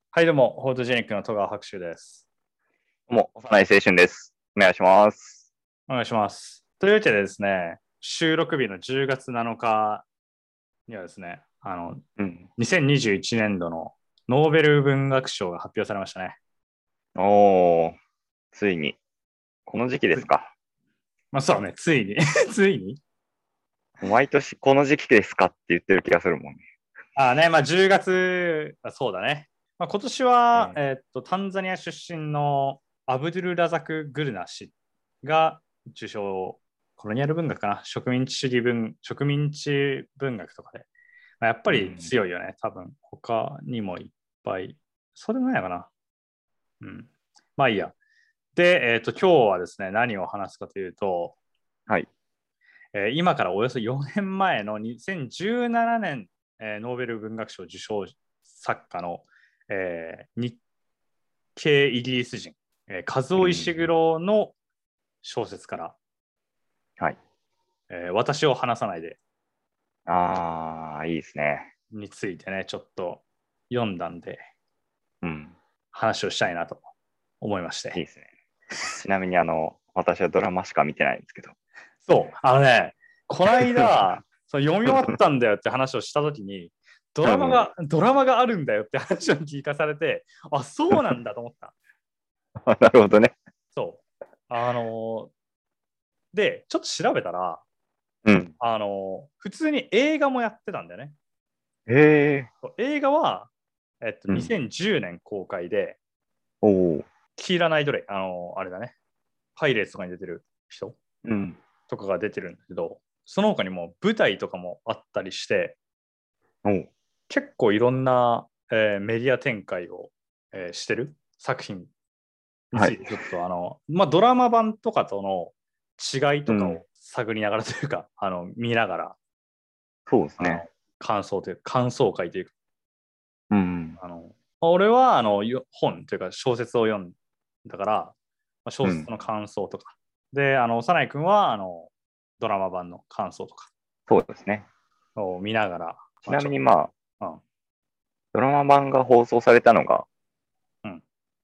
はい、どうも、フォートジェニックの戸川博修です。 どうも、幼い青春です。お願いします。 お願いします。というわけでですね、収録日の10月7日にはですね、 うん。 2021年度のノーベル文学賞が発表されましたね。 おー、ついに。この時期ですか。 まあそうね、ついについに毎年この時期ですかって言ってる気がするもんね。 まあ10月、そうだね。まあ、今年は、 えタンザニア出身のアブドゥル・ラザク・グルナ氏が受賞、コロニアル文学かな、植民地文学とかで。まあ、やっぱりうん。 強いよね、多分。他にもいっぱい。それもないかな。うん。まあいいや。で、今日はですね、何を話すかというと、 はい。 今からおよそ4年前の2017年、ノーベル文学賞受賞作家の、日系イギリス人、和う尾石ん。 黒の小説から、 はい。 私を話さないでいいですね。 についてね、ちょっと読んだんで、 うん。 話をしたいなと思いまして。 いいですね。ちなみに私はドラマしか見てないんですけど。 そう、この間、そう読み終わったんだよって話をしたときに、 うんうん。 ドラマがあるんだよって話を聞かされて、あ、そうなんだと思った。 なるほどね。 そう。で、ちょっと調べたら、 うん。 普通に映画もやってたんだよね。 へえ。 映画は、 うん。 2010年公開で、 おー。 キーラ・ナイトレイ、あれだね、パイレーツとかに出てる人うん。 とかが出てるんだけど、その他にも舞台とかもあったりして、 おー。 結構いろんな、メディア展開を、してる作品にはい。 ついて、ちょっとまあ、ドラマ版とかとの違いうん。 とかを探りながらというか、見ながら、 そうですね。 あの、感想会というか、 うん。 俺は本というか小説を読んだから、まあ、 うん。 小説の感想とか。で、幼い君はドラマ版の感想とかそうですね。 を見ながら、 ちなまあちょっみにまあ、 と、 ドラマ版が放送されたのがうん。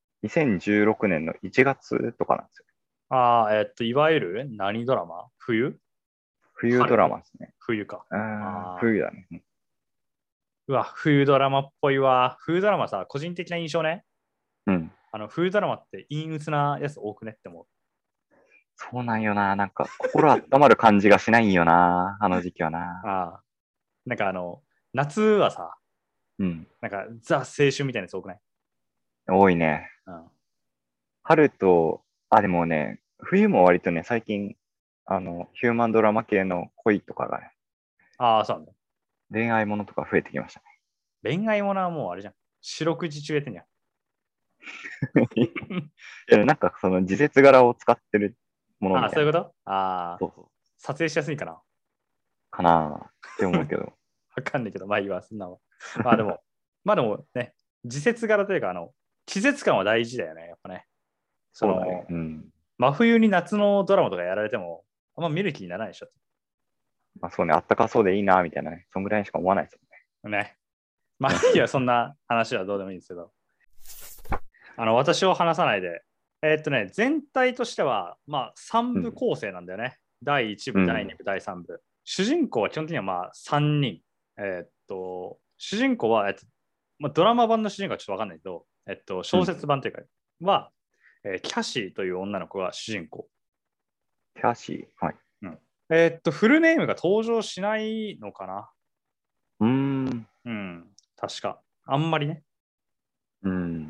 2016年の1月とかなんですよ。 いわゆる何ドラマ冬ドラ春マですね。 冬か。あ冬だね。 うわ、冬ドラマっぽいわ。冬ドラマさ、個人的な印象ね。 うん。 冬ドラマって陰鬱なやつ多くねって思う。 そうなんよな。なんか、心温まる感じがしないんよな。あの時期はな。 ああ、なんか夏はさ、 うん。 なんかザ青春みたいなやつ多くない？ 多いね。 うん。 春と、でもね、冬も割とね、最近、ヒューマンドラマ系の恋とかがね、 ああ、そうなんだ。 恋愛ものとか増えてきました恋愛ものはもうあれじゃん。四六時中やってんじゃん。 ね。いや、なんかその時節柄を使ってるものああ、 みたいな。 そういうこと。ああ、 そうそう。 撮影しやすいかな。 かなって思うけど。 わかんないけど、まあいいわ、そんなの。まあでも、まあでもね、時節柄というか、季節感は大事だよね、やっぱね。そそうだね。 の、 うん。 真冬に夏のドラマとかやられても、あんま見る気にならないでしょ。 まあそうね、あったかそうでいいな、みたいなね。そんぐらいしか思わないですね。まあもんね。 いいや、そんな話はどうでもいいんですけど。私を話さないで。全体としては、まあ3 うん。 部構成なんだよね。第1部、第うん。 2部、第3部。主人公は基本的にはまあ3人。主人公は、まあ、ドラマ版の主人公はちょっとわかんないけど、小うん。 説版というか、は、キャシーという女の子が主人公。 キャシー。はい。 うん。フルネームが登場しないのかな？ うーん。 うん。確か。あんまりね、 うん。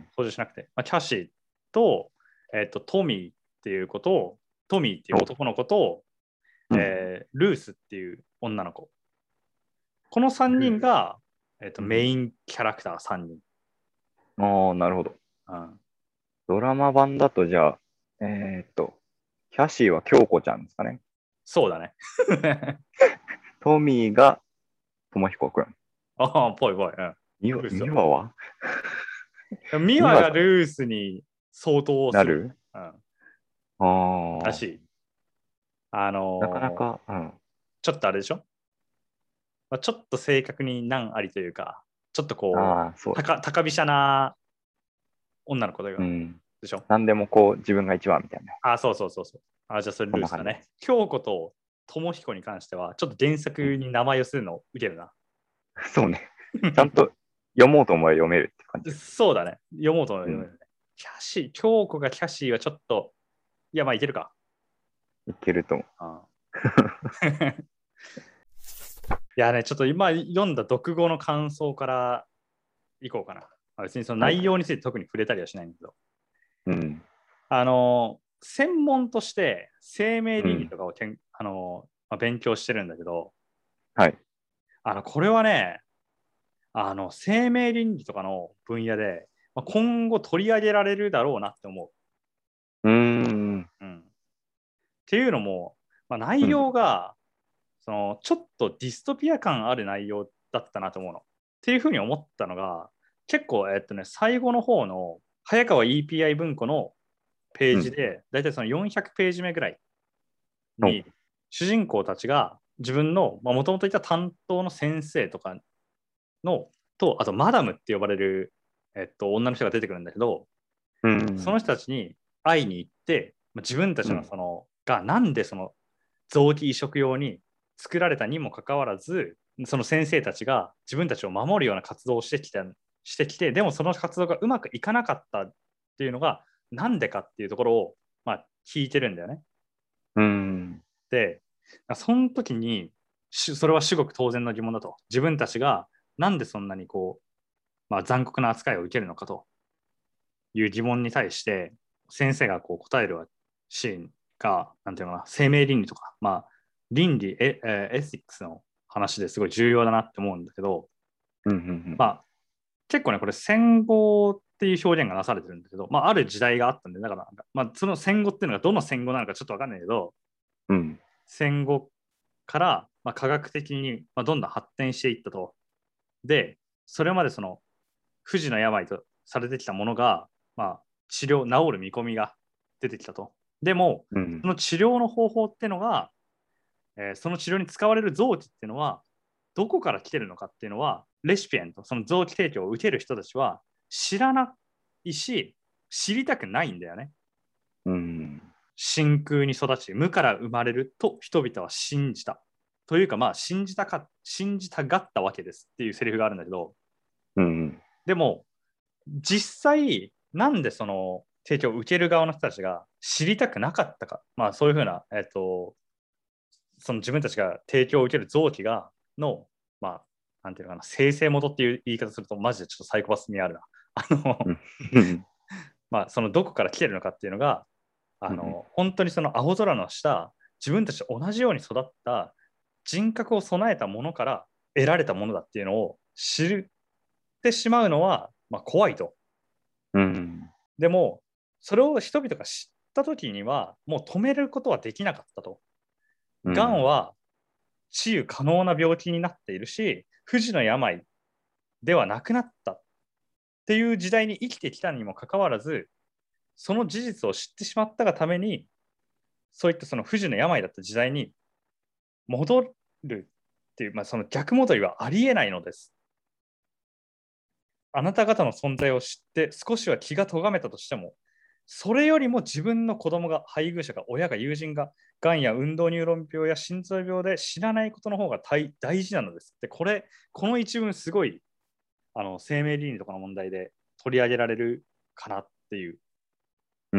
登場しなくて。まあ、キャシーと、トミーっていう子と、トミーっていうお、 男の子と、 うん。 ルースっていう女の子。この3人が、メうん。 インキャラクター3人。 ああ、なるほど。 うん、 ドラマ版だとじゃあ、キャシーは京子ちゃんですかね。 そうだね。 トミーが智彦くん。 ああ、ぽいぽい。うん。ルースはぽい。 ミワはミワミワががルースに相当する。 なる。 うん。 ああー、 らしい。あなかなのか、うん。 ちょっとあれでしょ？まあ、ちょっと正確に難ありというか、ちょっとこう、 ああ、そう。 高飛車な女の子が。 うん。 でしょ。 何でもこう自分が一番みたいな。 あ、そうそうそうそう。あ、じゃあそれルースだね。京子と智彦に関しては、ちょっと原作に名前をするのを受けるな。 そうね。ちゃんと読もうと思えば読めるって感じ。 そうだね。読もうと思ううん。 読めるね。キャシー、京子がキャシーはちょっと、いや、まあいけるか。 いけると思う。 あいやね、ちょっと今読んだ読後の感想からいこうかな。別にそのはい。 内容について特に触れたりはしないんだけど、 うん。 専門として生命倫理うん。 とかを勉強してるんだけど、 はい。 これはね、生命倫理とかの分野で、今後取り上げられるだろうなって思うーん。 う。うん、っていうのも、内うん。 容がちょっとディストピア感ある内容だったなと思うの。っていうふうに思ったのが、結構、最後の方の早川 EPI 文庫のペーうん。 ジで、だいたいその400ページ目ぐらいお、 に、主人公たちが自分の、もともといた担当の先生とかの、あとマダムって呼ばれる、女の人が出てくるんだけど、 うん。 その人たちに会いに行って、自分たちのうん。 がなんでその臓器移植用に作られたにもかかわらず、その先生たちが自分たちを守るような活動をしてきて、でもその活動がうまくいかなかったっていうのが、なんでかっていうところを、聞いてるんだよね。 うん。 で、その時に、それは至極当然の疑問だと。自分たちがなんでそんなに残酷な扱いを受けるのかという疑問に対して、先生が答えるシーンが、なんていうのかな、生命倫理とか、倫理、エシックスの話ですごい重要だなって思うんだけど、 うん。うん。 結構ね、これ戦後っていう表現がなされてるんだけど、ある時代があったんで、だからその戦後っていうのがどの戦後なのかちょっとわかんないけど、 うん。 戦後から、科学的に、どんどん発展していったと。で、それまでその不治の病とされてきたものが、治る見込みが出てきたと。でも、 うん。 その治療の方法っていうのが、その治療に使われる臓器っていうのは、どこから来てるのかっていうのは、レシピエント、その臓器提供を受ける人たちは知らないし、知りたくないんだよね。 うん。 真空に育ち、無から生まれると人々は信じた。というか、信じたがったわけですっていうセリフがあるんだけど、 うん。 でも、実際、なんでその提供を受ける側の人たちが知りたくなかったか、そういうふうな、その自分たちが提供を受ける臓器なんていうのかな、生成元っていう言い方すると、マジでちょっとサイコパスにあるな。 うん。 そのどこから来てるのかっていうのが、 うん。 本当にその青空の下、自分たちと同じように育った人格を備えたものから得られたものだっていうのを知ってしまうのは、怖いと。 うん。 でも、それを人々が知った時には、もう止めることはできなかったと。がんうん。 は治癒可能な病気になっているし、不治の病ではなくなったっていう時代に生きてきたにもかかわらず、その事実を知ってしまったがために、そういったその不治の病だった時代に戻るっていう、その逆戻りはありえないのです。あなた方の存在を知って少しは気が咎めたとしても、それよりも自分の子供が、配偶者が、親が、友人が、がんや運動ニューロン病や心臓病で死なないことの方が大事なのです。で、この一文すごい生命倫理とかの問題で取り上げられるかなっていううん。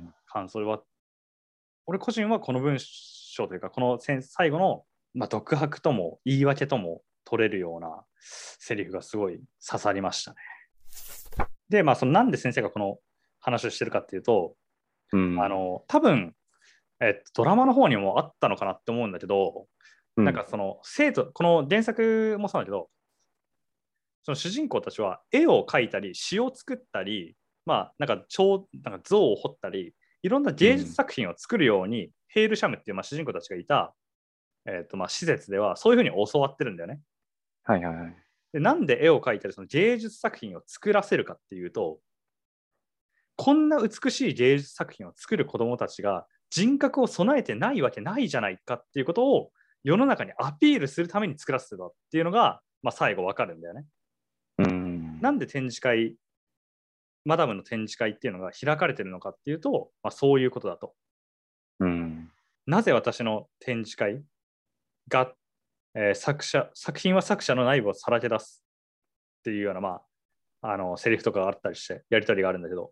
感想は、俺個人はこの文章というか、この最後の、独白とも言い訳とも取れるようなセリフがすごい刺さりましたね。で、そのなんで先生がこの話をしてるかっていうと、 うん。 多分、ドラマの方にもあったのかなって思うんだけど、なんうん。 かそのこの原作もそうだけど、その主人公たちは絵を描いたり、詩を作ったり、なんか像を彫ったり、いろんな芸術作品を作るように、ヘイルシャムっていう主人公たちがいた、施設ではそういうふうに教わってるんだよね。 はいはいはい。 で、なんで絵を描いたり、その芸術作品を作らせるかっていうと、こんな美しい芸術作品を作る子どもたちが人格を備えてないわけないじゃないかっていうことを世の中にアピールするために作らせてたっていうのが、最後わかるんだよね。 うん。 なんで展示会マダムの展示会っていうのが開かれてるのかっていうと、そういうことだと。なぜ私の展示会が、作品は作者の内部をさらけ出すっていうような、セリフとかがあったりして、やり取りがあるんだけど、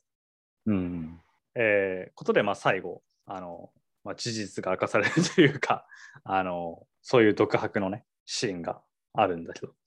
ことで、最後、事実が明かされるというか、そういう独白のね、シーンがあるんだけど。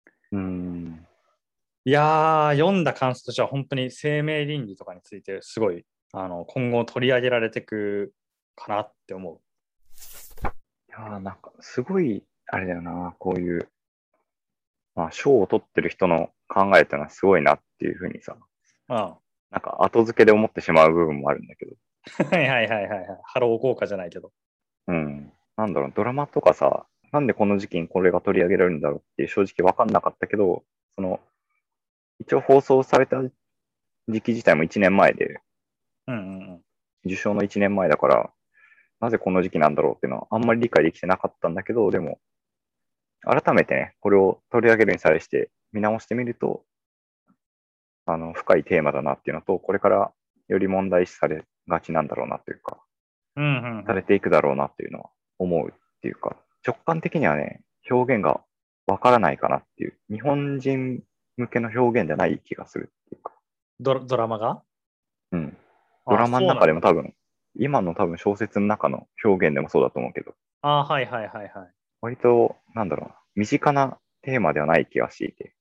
いやー、読んだ感想としては本当に生命倫理とかについてすごい、今後取り上げられていくかなって思う。 いやー、なんか、すごい、あれだよな、こういう、賞を取ってる人の考えってのはすごいなっていうふうにさ、 うん。 なんか後付けで思ってしまう部分もあるんだけど、 はいはいはいはい。ハロー効果じゃないけど。 なんだろう、ドラマとかさ、なんでこの時期にこれが取り上げられるんだろうって正直わかんなかったけど、一応放送された時期自体も1年前で、受賞の1年前だから、なぜこの時期なんだろうっていうのはあんまり理解できてなかったんだけど、でも、改めてね、これを取り上げるに際して見直してみると、深いテーマだなっていうのと、これからより問題視されがちなんだろうなというか、されていくだろうなっていうのは思うっていうか、直感的にはね、表現がわからないかなっていう、日本人向けの表現じゃない気がするっていうか。 ドラマがドラマの中でもそうなんだ。 多分、今の多分小説の中の表現でもそうだと思うけど、 はいはいはいはい。 割と、なんだろうな、身近なテーマではない気がしていて。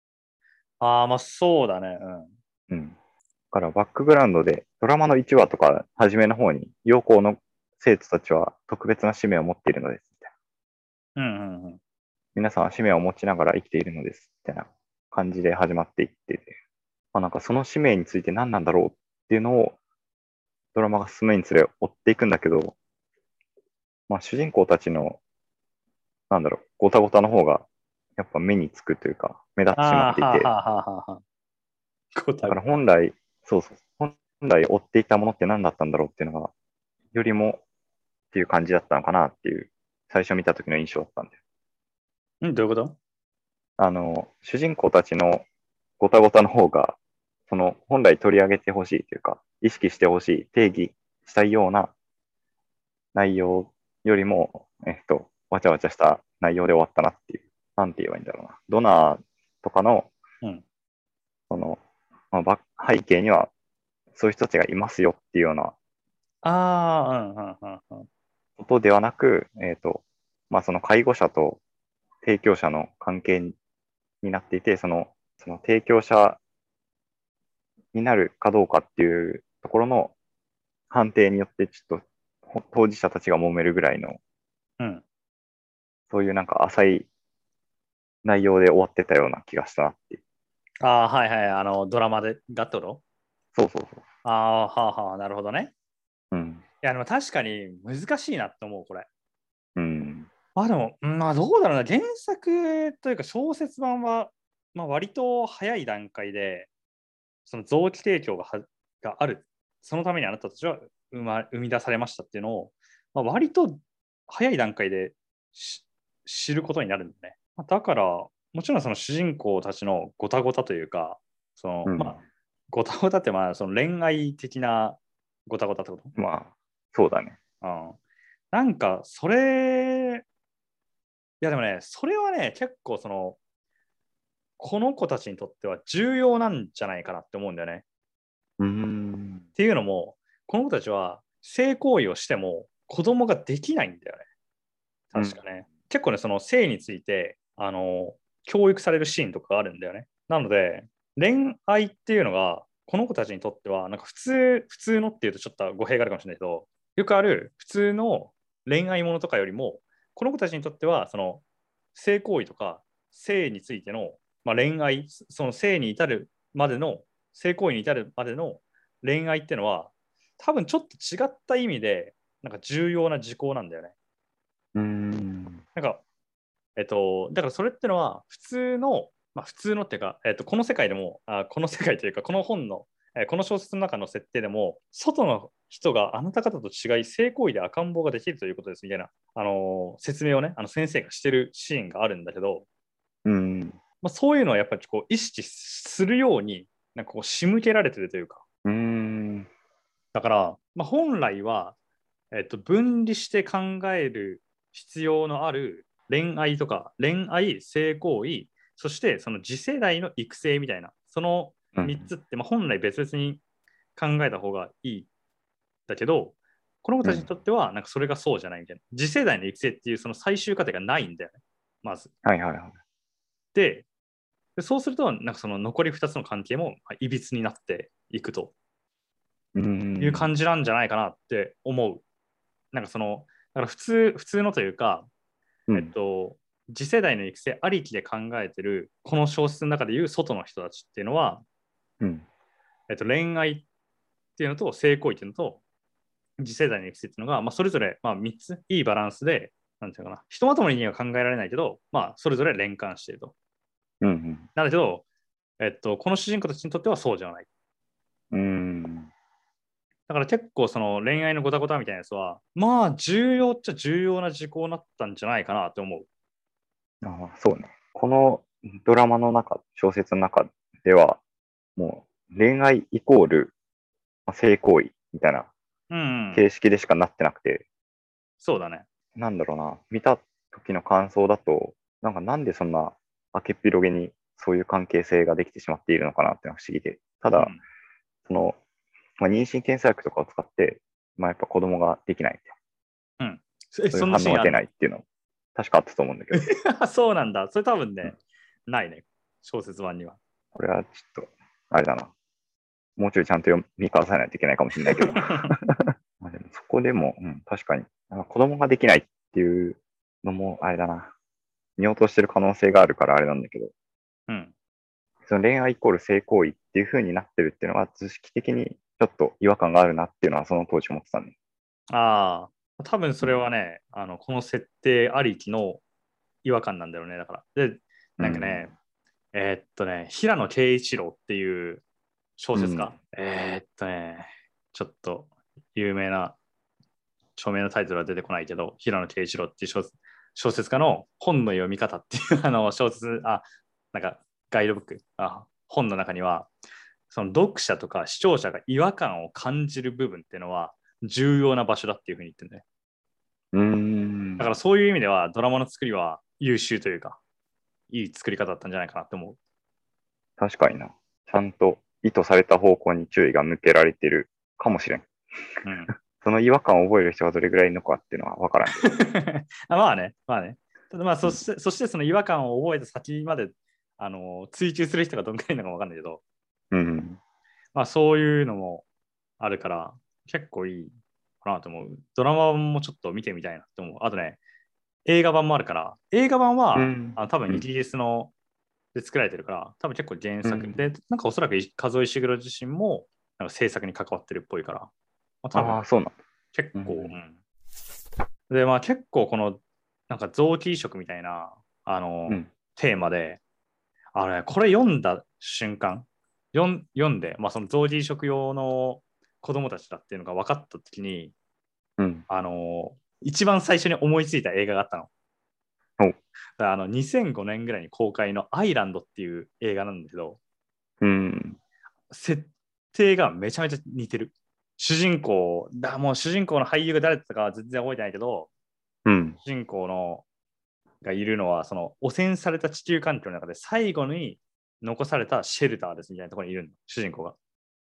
そうだね。 だからバックグラウンドで、ドラマの1話とか初めの方に、陽光の生徒たちは特別な使命を持っているのです、みたいな。皆さんは使命を持ちながら生きているのです、みたいな感じで始まっていってて、なんかその使命について何なんだろうっていうのを、ドラマが進むにつれ追っていくんだけど、主人公たちの、ごたごたの方が、やっぱ目につくというか、目立ってしまっていて、だから本来、本来追っていたものって何だったんだろうっていうのが、よりもっていう感じだったのかなっていう、最初見た時の印象だったんで。 どういうこと？ 主人公たちのごたごたの方が、本来取り上げてほしいというか、意識してほしい、定義したいような内容よりも、わちゃわちゃした内容で終わったなっていう、なんて言えばいいんだろうな。ドナーとかの、その、背景には、そういう人たちがいますよっていうようなことではなく、その介護者と提供者の関係になっていて、その提供者になるかどうかっていうところの判定によって、ちょっと当事者たちが揉めるぐらいの、そういうなんか浅い内容で終わってたような気がしたなっていう。 はいはい。ドラマでがってこと？ そうそうそう。 なるほどね。いや、でも確かに難しいなって思う、これ。でも、どうだろうな。原作というか小説版は、割と早い段階で、その臓器提供がある。そのためにあなたたちは生み出されましたっていうのを、割と早い段階で知ることになるんだね。だから、もちろんその主人公たちのごたごたというか、ごたごたってその恋愛的なごたごたってこと？ そうだね。 なんか、それ、いやでもね、それはね、結構この子たちにとっては重要なんじゃないかなって思うんだよね。っていうのも、この子たちは性行為をしても子供ができないんだよね。確かね。結構ね、その性について、教育されるシーンとかがあるんだよね。なので、恋愛っていうのが、この子たちにとっては、なんか普通のっていうとちょっと語弊があるかもしれないけど、よくある普通の恋愛ものとかよりも、この子たちにとっては、その性行為とか性についての、恋愛、その性に至るまでの、性行為に至るまでの恋愛っていうのは、多分ちょっと違った意味で、なんか重要な事項なんだよね。なんか、だからそれってのは、普通の、普通のっていうか、この世界でも、この世界というか、この本の、この小説の中の設定でも、外の人があなた方と違い、性行為で赤ん坊ができるということですみたいな、説明をね、先生がしてるシーンがあるんだけど、そういうのはやっぱりこう意識するようになんかこう仕向けられてるというか。だから、本来は、分離して考える必要のある恋愛とか、恋愛、性行為、そしてその次世代の育成みたいな、その3つって、本来別々に考えた方がいいんだけど、この子たちにとっては、なんかそれがそうじゃないみたいな。次世代の育成っていうその最終過程がないんだよね、まず。 はいはいはい。 で、そうすると、なんかその残り2つの関係もいびつになっていくという感じなんじゃないかなって思う。なんかその、だから普通のというか、次世代の育成ありきで考えてる、この小説の中でいう外の人たちっていうのは、恋愛っていうのと性行為っていうのと、次世代の育成っていうのが、それぞれ3ついいバランスで、なんていうかな、ひとまともには考えられないけど、それぞれ連関していると。なんだけど、この主人公たちにとってはそうじゃない。だから結構その恋愛のゴタゴタみたいなやつは、重要っちゃ重要な事項になったんじゃないかなって思う。 そうね。このドラマの中、小説の中では、もう恋愛イコール性行為みたいな形式でしかなってなくて、 そうだね。 なんだろうな、見た時の感想だと、なんでそんな明けっぴろげにそういう関係性ができてしまっているのかなっていうのが不思議で、ただ、その、妊娠検査薬とかを使って、やっぱ子供ができないみたいな。そういう反応が出ないっていうの、確かあったと思うんだけど。そうなんだ。それ多分ね、ないね。小説版には。 これはちょっと、あれだな。もうちょいちゃんと読み返さないといけないかもしれないけど。でもそこでも、確かに、子供ができないっていうのも、あれだな。見落としてる可能性があるからあれなんだけど、その恋愛イコール性行為っていう風になってるっていうのは、図式的にちょっと違和感があるなっていうのは、その当時思ってたね。 多分それはね、この設定ありきの違和感なんだよね。だから。で、なんかね、平野啓一郎っていう小説家。ちょっと有名な、著名なタイトルは出てこないけど、平野啓一郎っていう小説家の本の読み方っていう小説、なんかガイドブック、本の中には、その読者とか視聴者が違和感を感じる部分っていうのは重要な場所だっていうふうに言ってるね。だからそういう意味ではドラマの作りは優秀というか、いい作り方だったんじゃないかなって思う。 確かにな。ちゃんと意図された方向に注意が向けられてるかもしれん。その違和感を覚える人がどれぐらいいるのかっていうのは分からん。 まあね。ただそしてその違和感を覚えた先まで追求する人がどんくらいいるのか分かんないけど、そういうのもあるから結構いいかなと思う。ドラマもちょっと見てみたいなと思う。あとね、映画版もあるから、映画版は、多分イギリスので作られてるから、多分結構原作で、なんかおそらく数石黒自身もなんか制作に関わってるっぽいから、多分そうなん結構、で、結構このなんか臓器移植みたいなテーマで、これ読んだ瞬間、読んで、その臓器移植用の子供たちだっていうのが分かったときに、一番最初に思いついた映画があったの。2005年ぐらいに公開のアイランドっていう映画なんだけど、設定がめちゃめちゃ似てる。主人公の俳優が誰だったかは全然覚えてないけど、主人公のがいるのは、その汚染された地球環境の中で最後に残されたシェルターですみたいなところにいるの、主人公が。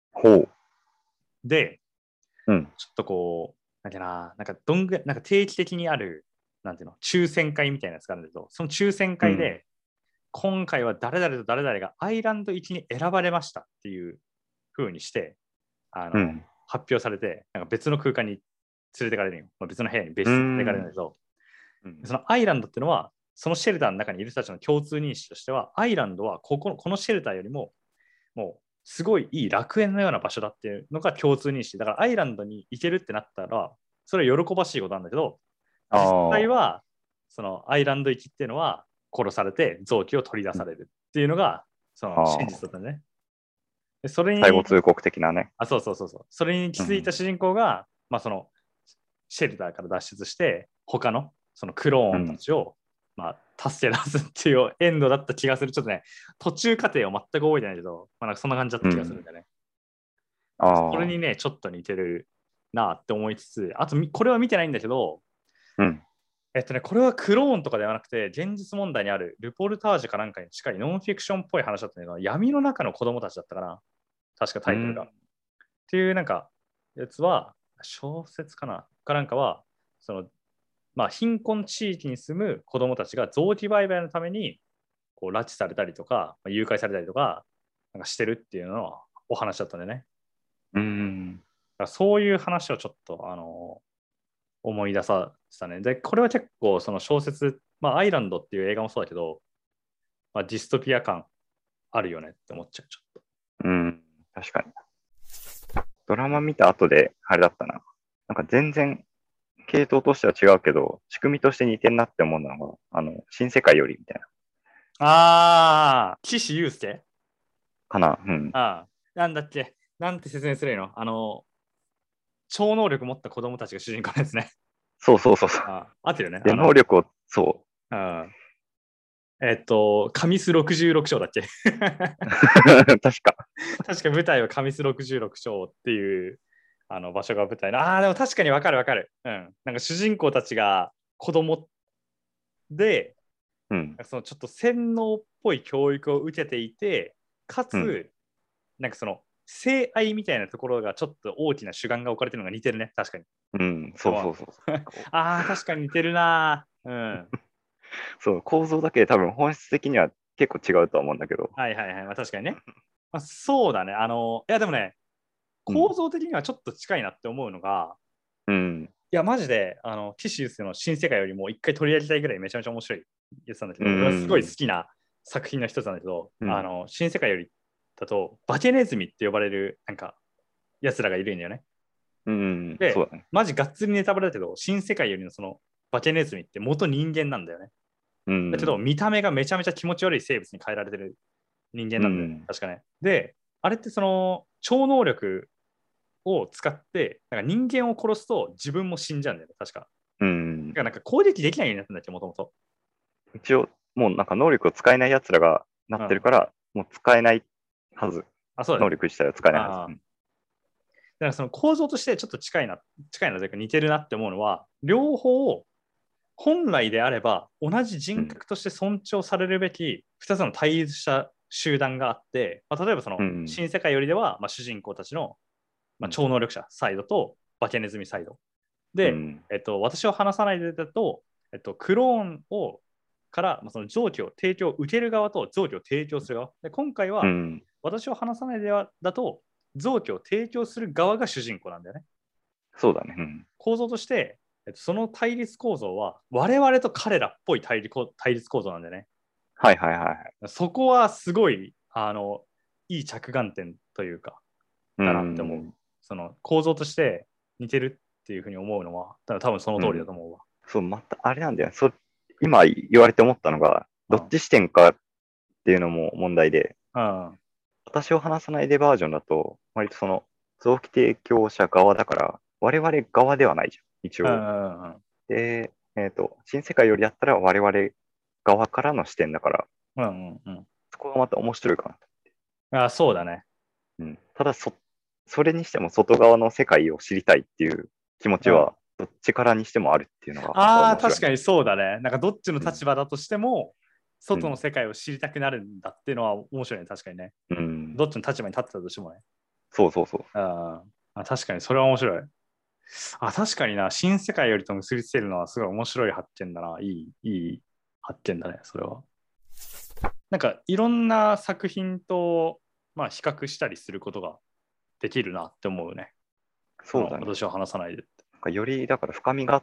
で、ちょっとこう、なんか定期的にある、なんていうの、抽選会みたいなやつがあるんだけど、その抽選会で、今回は誰々と誰々がアイランド1に選ばれましたっていう風にして、発表されて、なんか別の空間に連れてかれるよ。別の部屋に別室に連れてかれるんだけど、そのアイランドっていうのは、そのシェルターの中にいる人たちの共通認識としては、アイランドはこのシェルターよりも、もうすごいいい楽園のような場所だっていうのが共通認識。だからアイランドに行けるってなったら、それは喜ばしいことなんだけど、実際は、そのアイランド行きっていうのは殺されて臓器を取り出されるっていうのが、その真実だったね。でそれに最後通告的なね。 そう。それに気づいた主人公が、そのシェルターから脱出して、他のそのクローンたちを、 助け出すっていうエンドだった気がする。ちょっとね、途中過程を全く覚えてないけど、まあ、なんかそんな感じだった気がするんだよね。それにね、ちょっと似てるなって思いつつ、あと、これは見てないんだけど、これはクローンとかではなくて、現実問題にあるルポルタージュかなんかに近いノンフィクションっぽい話だったんだけど、闇の中の子供たちだったかな。確かタイトルが。っていうなんか、やつは、小説かなかなんかは、その、まあ、貧困地域に住む子供たちが臓器売買のために、こう、拉致されたりとか、誘拐されたりとか、なんかしてるっていうのはお話だったんでね。だからそういう話をちょっと、思い出させたね。で、これは結構その小説、まあ、アイランドっていう映画もそうだけど、まあ、ディストピア感あるよねって思っちゃう、ちょっと。 確かに。ドラマ見た後で、あれだったな。なんか全然、系統としては違うけど、仕組みとして似てんなって思うのが、新世界よりみたいな。 岸優介かな。 なんだっけなんて説明するの超能力持った子供たちが主人公のやつね。 そう。 合ってるよね。 で、能力を、そう。 神須66章だっけ確か。 確か舞台は神須66章っていう場所が舞台の。でも確かにわかる。なんか主人公たちが子供で、そのちょっと洗脳っぽい教育を受けていて、かつ、なんかその性愛みたいなところがちょっと大きな主眼が置かれてるのが似てるね、確かに。 そう。 確かに似てるな。 そう、構造だけで多分本質的には結構違うとは思うんだけど。 まあ、確かにね。そうだね。いやでもね、構造的にはちょっと近いなって思うのが、いや、マジで、岸優介の新世界よりも一回取り上げたいぐらいめちゃめちゃ面白いやつなんだけど、俺はすごい好きな作品の一つなんだけど、新世界よりだと、バケネズミって呼ばれる、なんか、やつらがいるんだよね。で、 そうだね。 マジがっつりネタバレだけど、新世界よりのその、バケネズミって元人間なんだよね。だけど、見た目がめちゃめちゃ気持ち悪い生物に変えられてる人間なんだよね。確かね。で、あれってその、超能力を使って、なんか人間を殺すと自分も死んじゃうんだよね、確か。なんか攻撃できないようになったんだっけ、もともと。 一応、もうなんか能力を使えないやつらがなってるから、もう使えないはず。 そうだね、 能力自体は使えないはず。 だからその構造としてちょっと近いなというか似てるなって思うのは、両方、本来であれば同じ人格として尊重されるべき2つの対立した集団があって、例えばその新世界よりでは、主人公たちの、超能力者サイドとバケネズミサイド。で、私を話さないでだと、クローンをからその臓器を提供、受ける側と臓器を提供する側。で今回は、私を話さないでだと、臓器を提供する側が主人公なんだよね。 そうだね。 構造として、その対立構造は、我々と彼らっぽい対立構造なんだよね。 はい。 そこはすごい、いい着眼点というか、だなって思う。その構造として似てるっていうふうに思うのは、多分その通りだと思うわ。 そう、またあれなんだよ。今言われて思ったのが、どっち視点かっていうのも問題で、私を話さないでバージョンだと、割とその、臓器提供者側だから、我々側ではないじゃん、一応。で、新世界よりだったら我々側からの視点だから、そこがまた面白いかなと。そうだね。 ただそれにしても外側の世界を知りたいっていう気持ちは、どっちからにしてもあるっていうのが、 確かにそうだね。なんかどっちの立場だとしても、外の世界を知りたくなるんだっていうのは面白いね、確かにね。どっちの立場に立ってたとしてもね。 そう。 確かにそれは面白い。確かにな、新世界よりと結びつけるのはすごい面白い発見だな。いい発見だね、それは。なんかいろんな作品と、比較したりすることができるなって思うね。 そうだね。 私は話さないでって。 よりだから深みがあって、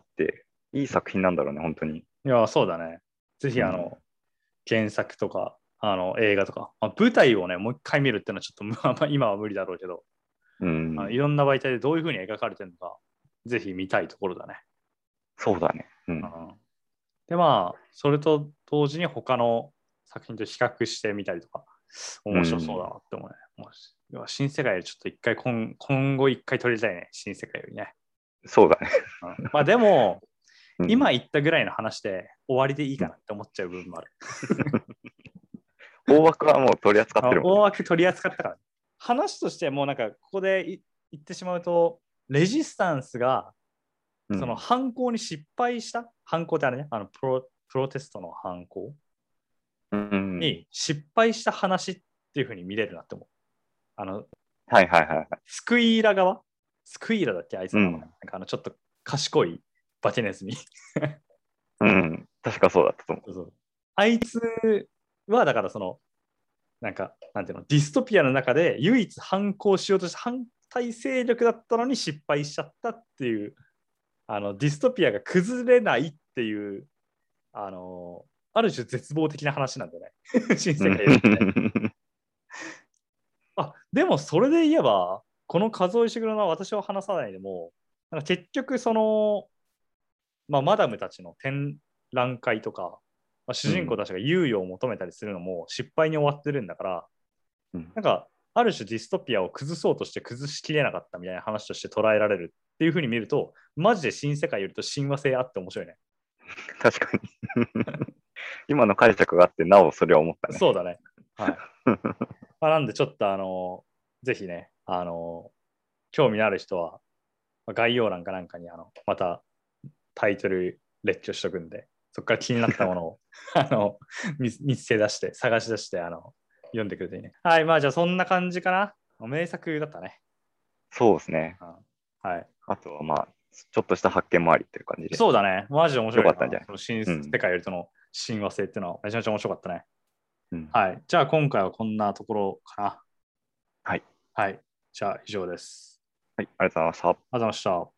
いい作品なんだろうね、本当に。 いや、そうだね。ぜひ原作とか、映画とか、舞台をね、もう一回見るっていうのはちょっと今は無理だろうけど、いろんな媒体でどういうふうに描かれてるのか、ぜひ見たいところだね。 そうだね。 で、それと同時に他の作品と比較してみたりとか、面白そうだなって思うね。新世界よりちょっと今後一回撮りたいね、新世界よりね。 そうだね。 でも、今言ったぐらいの話で、 終わりでいいかなって思っちゃう部分もある。 大枠はもう取り扱ってるもん、ね。 大枠取り扱ったから。話としてもうなんかここで言ってしまうと、レジスタンスがその犯行に失敗した、犯行ってあれね、プロテストの犯行に失敗した話っていうふうに見れるなって思う。 はいはいはい。 スクイーラ側スクイーラだっけあいつの名前、なんかちょっと賢いバケネズミ。 確かそうだったと思う。 そうあいつはだからなんていうの、ディストピアの中で唯一反抗しようとした反対勢力だったのに失敗しちゃったっていう、ディストピアが崩れないっていう、ある種絶望的な話なんだよね。新世界で。でもそれで言えば、この数えしぐろの私を話さないでも、なんか結局マダムたちの展覧会とか、主人公たちが猶予を求めたりするのも失敗に終わってるんだから、なんかある種ディストピアを崩そうとして崩しきれなかったみたいな話として捉えられるっていうふうに見ると、マジで新世界よりと親和性あって面白いね。 確かに。今の解釈があって、なおそれを思ったね。 そうだね。はい。なんでちょっとぜひね、興味のある人は、概要欄かなんかにまたタイトル列挙しとくんで、そこから気になったものを見つけ出して、探し出して読んでくれていいね。はい、じゃあそんな感じかな。名作だったね。 そうですね。 はい。 あとはちょっとした発見もありという感じで。 そうだね。マジで面白い。 よかったんじゃない。 新世界よりとの親和性っていうのはめちゃめちゃ面白かったね。 うん、 はい。じゃあ今回はこんなところかな。 はい。 はい。じゃあ以上です。 はい。ありがとうございました。ありがとうございました。